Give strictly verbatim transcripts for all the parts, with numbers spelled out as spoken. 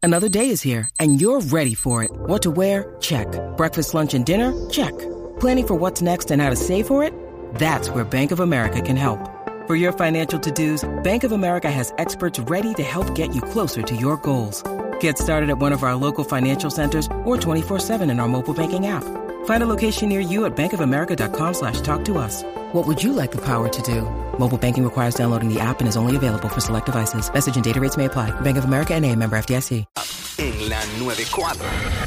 Another day is here, and you're ready for it. What to wear? Check. Breakfast, lunch, and dinner? Check. Planning for what's next and how to save for it? That's where Bank of America can help. For your financial to-dos, Bank of America has experts ready to help get you closer to your goals. Get started at one of our local financial centers or twenty-four seven in our mobile banking app. Find a location near you at bankofamerica.com slash talk to us. What would you like the power to do? Mobile banking requires downloading the app and is only available for select devices. Message and data rates may apply. Bank of America N A, member F D I C. En la noventa y cuatro.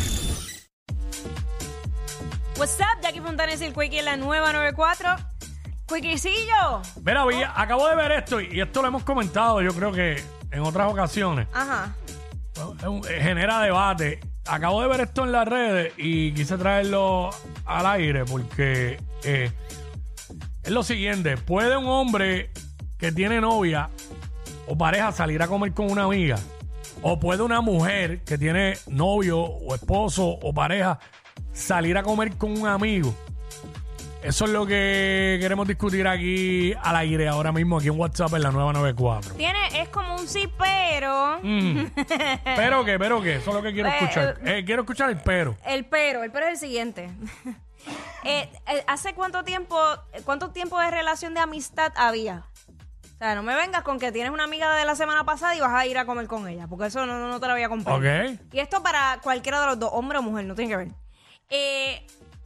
What's up, Jackie Fontanes y el Quickie en la nueva noventa y cuatro. Quickiecillo. Mira, vi, acabo de ver esto y, y esto lo hemos comentado, yo creo que en otras ocasiones. Ajá. Es un- eh, genera debate. Acabo de ver esto en las redes y quise traerlo al aire porque eh, es lo siguiente. ¿Puede un hombre que tiene novia o pareja salir a comer con una amiga? ¿O puede una mujer que tiene novio o esposo o pareja salir a comer con un amigo? Eso es lo que queremos discutir aquí al aire ahora mismo, aquí en WhatsApp en la nueva noventa y cuatro. Tiene, es como un sí, pero. Mm. ¿Pero qué? ¿Pero qué? Eso es lo que quiero Eh, escuchar. Eh, quiero escuchar el pero. El pero, el pero es el siguiente. Eh, eh, ¿Hace cuánto tiempo, cuánto tiempo de relación de amistad había? O sea, no me vengas con que tienes una amiga de la semana pasada y vas a ir a comer con ella, porque eso no, no, no te lo voy a comprar. Ok. Y esto para cualquiera de los dos, hombre o mujer, no tiene que ver. Eh,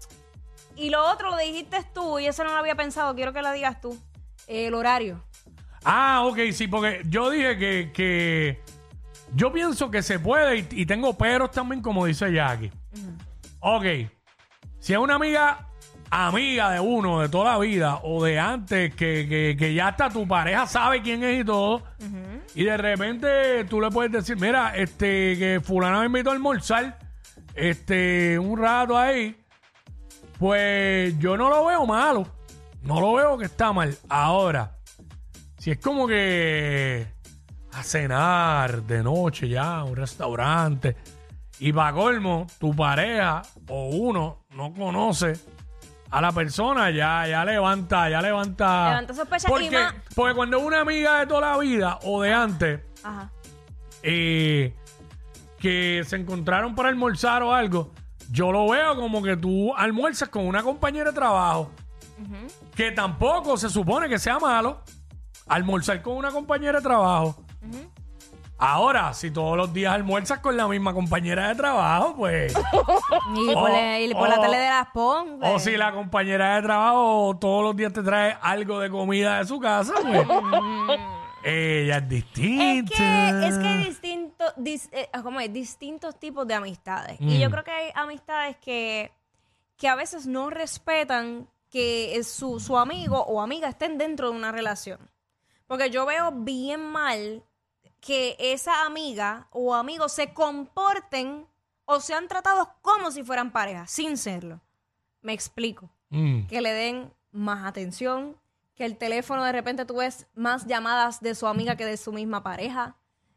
y lo otro lo dijiste tú, y eso no lo había pensado, quiero que lo digas tú. Eh, el horario. Ah, ok, sí, porque yo dije que, que yo pienso que se puede y, y tengo peros también, como dice Jackie. Ok, si es una amiga, amiga de uno de toda la vida o de antes, que, que, que ya hasta tu pareja sabe quién es y todo, y de repente tú le puedes decir, mira, este, que fulana me invitó a almorzar, este, un rato ahí, pues yo no lo veo malo, no lo veo que está mal. Ahora, si es como que a cenar de noche ya, a un restaurante, y para colmo, tu pareja o uno no conoce a la persona, ya, ya levanta, ya levanta. Levanta sospecha y porque, más- porque cuando es una amiga de toda la vida o de antes, Ajá. eh, que se encontraron para almorzar o algo, yo lo veo como que tú almuerzas con una compañera de trabajo, que tampoco se supone que sea malo almorzar con una compañera de trabajo. Ahora, si todos los días almuerzas con la misma compañera de trabajo, pues... Y por, Oh, la- y por la oh. tele de las pon. o si la compañera de trabajo todos los días te trae algo de comida de su casa, pues... ella es Es distinta. que, es que hay distintos, dis- eh, ¿cómo es? distintos tipos de amistades. Y Mm. yo creo que hay amistades que, que a veces no respetan que es su, su amigo o amiga estén dentro de una relación. Porque yo veo bien mal que esa amiga o amigo se comporten o sean tratados como si fueran pareja, sin serlo. Me explico. Mm. Que le den más atención, que el teléfono de repente tú ves más llamadas de su amiga que de su misma pareja,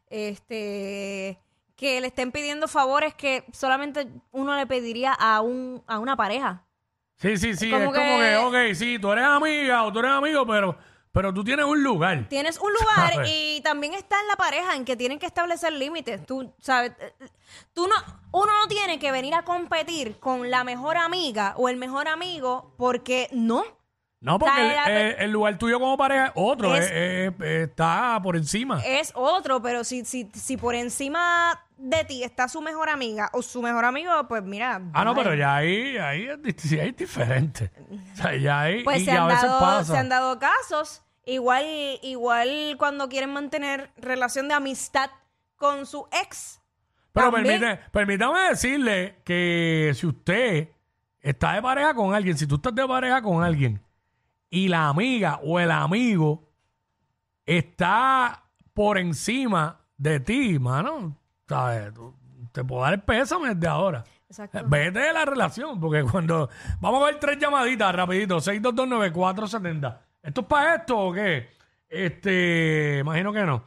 este, que le estén pidiendo favores que solamente uno le pediría a un a una pareja. Sí, sí, sí. Como es como que- que, ok, sí, tú eres amiga o tú eres amigo, pero, pero tú tienes un lugar. Tienes un lugar ¿Sabes? y también está en la pareja en que tienen que establecer límites. Tú sabes, eh, tú no, uno no tiene que venir a competir con la mejor amiga o el mejor amigo porque no. No, porque O sea, el, la- el- el lugar tuyo como pareja es otro, Es- es- es- está por encima. Es otro, pero si, si, si por encima de ti está su mejor amiga o su mejor amigo, pues mira. Ah, no, bye. pero ya ahí, ahí, es, di- sí, ahí es diferente. O sea, ya ahí, Pues y se que a han, veces dado, pasa. se han dado casos, igual, igual cuando quieren mantener relación de amistad con su ex. Pero también- permite- permítame decirle que si usted está de pareja con alguien, si tú estás de pareja con alguien y la amiga o el amigo está por encima de ti, mano, ¿sabes? Tú- te puedo dar el pésame desde ahora. Exacto. Vete de la relación, porque cuando... Vamos a ver tres llamaditas rapidito, seis dos dos nueve cuatro siete cero. ¿Esto es para esto o qué? Este, imagino que no.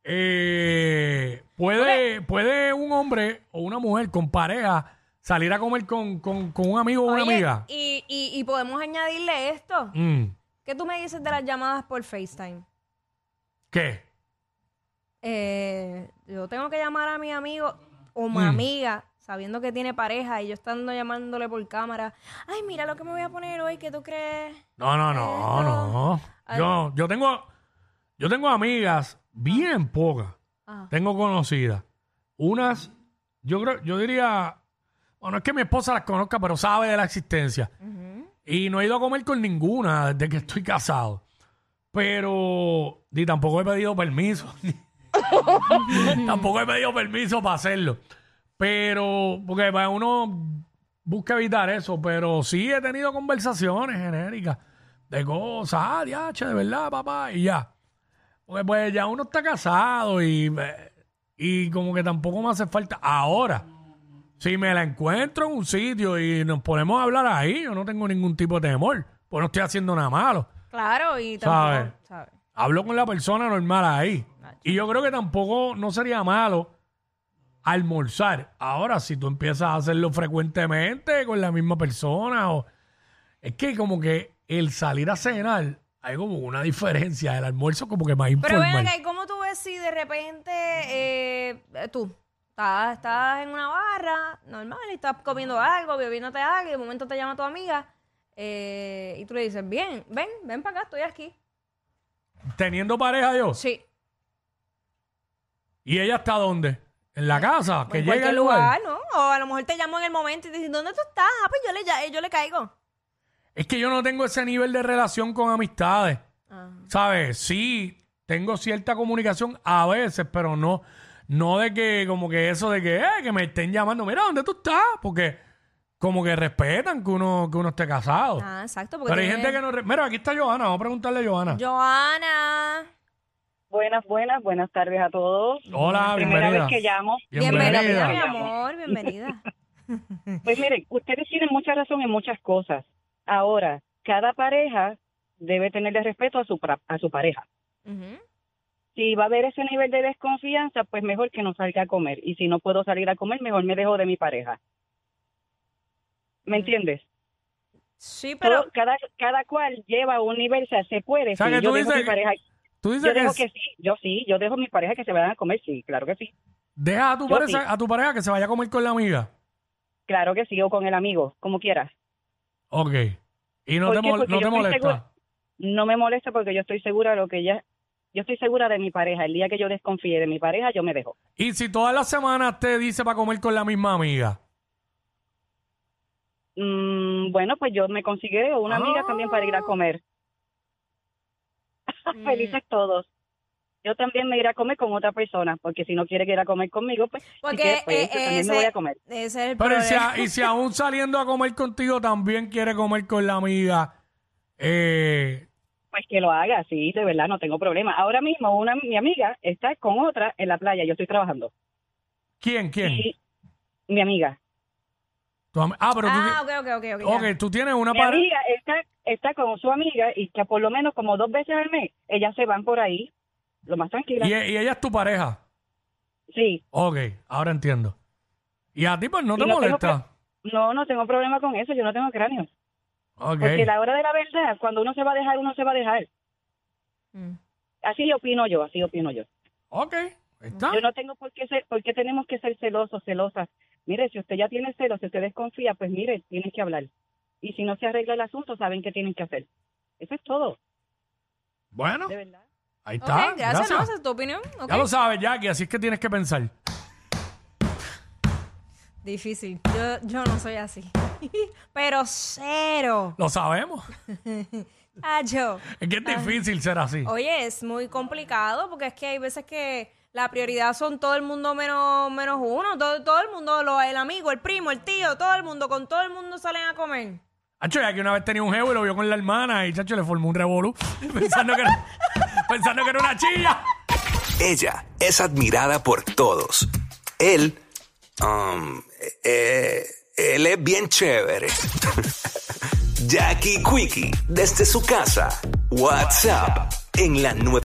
Eh, ¿puede, ¿Puede un hombre o una mujer con pareja salir a comer con, con, con un amigo o una Oye, amiga? Y, y, y podemos añadirle esto. Mm, ¿Qué tú me dices de las llamadas por FaceTime? ¿Qué? Eh, yo tengo que llamar a mi amigo. o mi amiga, sabiendo que tiene pareja y yo estando llamándole por cámara, ay, mira lo que me voy a poner hoy, ¿qué tú crees? No, no, no, Esto. no. Yo, yo tengo, yo tengo amigas bien pocas. Ajá. Tengo conocidas. Unas, yo creo, yo diría, bueno, es que mi esposa las conozca, pero sabe de la existencia. Ujú. Y no he ido a comer con ninguna desde que estoy casado. Pero, ni tampoco he pedido permiso. Tampoco he pedido permiso para hacerlo. Pero, porque pues, uno busca evitar eso, pero sí he tenido conversaciones genéricas de cosas, ah, diache, de verdad, papá, y ya. Porque pues ya uno está casado y, y como que tampoco me hace falta. Ahora, si me la encuentro en un sitio y nos ponemos a hablar ahí, yo no tengo ningún tipo de temor, pues no estoy haciendo nada malo. Claro, y ¿Sabes? tampoco, ¿sabes? Hablo con la persona normal ahí. Y yo creo que tampoco no sería malo almorzar. Ahora, si tú empiezas a hacerlo frecuentemente con la misma persona, o es que como que el salir a cenar hay como una diferencia. El almuerzo como que más Pero informal. ven acá, ¿y cómo tú ves si de repente eh, tú estás, estás en una barra normal y estás comiendo algo, bebiéndote algo y de momento te llama tu amiga eh, y tú le dices, bien, ven, ven para acá, estoy aquí. Teniendo pareja yo. Sí. ¿Y ella está dónde? ¿En la casa? Que en llega cualquier al lugar. lugar, ¿no? O a lo mejor te llamo en el momento y te dicen, ¿dónde tú estás? Ah, pues yo le, ya- yo le caigo. Es que yo no tengo ese nivel de relación con amistades. Ah. ¿Sabes? Sí, tengo cierta comunicación a veces, pero no, no de que, como que eso de que, eh, que me estén llamando, mira, ¿dónde tú estás? Porque como que respetan que uno, que uno esté casado. Ah, exacto. Porque Pero hay tiene- gente que no... re- Mira, aquí está Johanna, vamos a preguntarle a Johanna. Johanna. Buenas, buenas, buenas tardes a todos. Hola, Primera bienvenida. vez que llamo. Bienvenida, Bienvenida. mi amor, bienvenida. Pues miren, ustedes tienen mucha razón en muchas cosas. Ahora, cada pareja debe tenerle respeto a su, pra- a su pareja. Ujú. Si va a haber ese nivel de desconfianza, pues mejor que no salga a comer. Y si no puedo salir a comer, mejor me dejo de mi pareja. ¿Me entiendes? Sí, pero... Todo- cada, cada cual lleva un nivel, o sea, se puede. O sea, sí, que yo tú dejo dices mi que- pareja, Tú dices yo que dejo es- que sí, yo sí, yo dejo a mi pareja que se vayan a comer, sí, claro que sí. deja a tu, Yo pareja, sí. a tu pareja que se vaya a comer con la amiga. Claro que sí, o con el amigo, como quieras. Ok. Y no ¿Por te, qué? mol- Porque no yo te estoy molesta. segura- No me molesta porque yo estoy segura de lo que ella... Yo estoy segura de mi pareja. El día que yo desconfíe de mi pareja, yo me dejo. Y si todas las semanas te dice para comer con la misma amiga. Mm, bueno, pues yo me consigue una amiga Ah. también para ir a comer. Mm. Felices todos. Yo también me iré a comer con otra persona, porque si no quiere ir a comer conmigo, pues, si Porque quiere, pues, eh, yo también ese, me voy a comer. ese es el Pero y si, problema. a- y si aún saliendo a comer contigo también quiere comer con la amiga, eh, Pues que lo haga, sí, de verdad, no tengo problema. Ahora mismo una mi amiga está con otra en la playa, yo estoy trabajando. ¿quién? ¿Quién? Y mi amiga. Tu am- ah, pero tú, Ah, ti- ok, ok, ok. ok, ya. ok, tú tienes una Mi pareja. amiga está, está con su amiga y que por lo menos como dos veces al mes, ellas se van por ahí, lo más tranquila. Y, y ella es tu pareja. Sí. Ok, ahora entiendo. Y a ti pues no Y te no tengo molesta. No, no tengo problema con eso, yo no tengo cráneo. Ok. Porque la hora de la verdad, cuando uno se va a dejar, uno se va a dejar. Mm. Así opino yo, así opino yo. Ok, ahí está. Yo no tengo por qué ser, por qué tenemos que ser celosos, celosas. Mire, si usted ya tiene celos, si usted desconfía, pues mire, tienen que hablar. Y si no se arregla el asunto, saben qué tienen que hacer. Eso es todo, Bueno, de verdad. ahí Ok, está. gracias, ¿no? Esa es tu opinión. Ok. Ya lo sabes, Jackie, así es que tienes que pensar. Difícil. Yo, yo no soy así. Pero cero. Lo sabemos. Ah, yo. Es que es difícil ser así. Oye, es muy complicado porque es que hay veces que la prioridad son todo el mundo menos, menos uno. Todo, todo el mundo, lo, el amigo, el primo, el tío, todo el mundo. Con todo el mundo salen a comer. Hacho, ya que una vez tenía un jevo y lo vio con la hermana y chacho le formó un revolú pensando que era, pensando que era una chilla. Ella es admirada por todos. Él, um, eh, él es bien chévere. Jackie Quickie, desde su casa. WhatsApp en la nueve.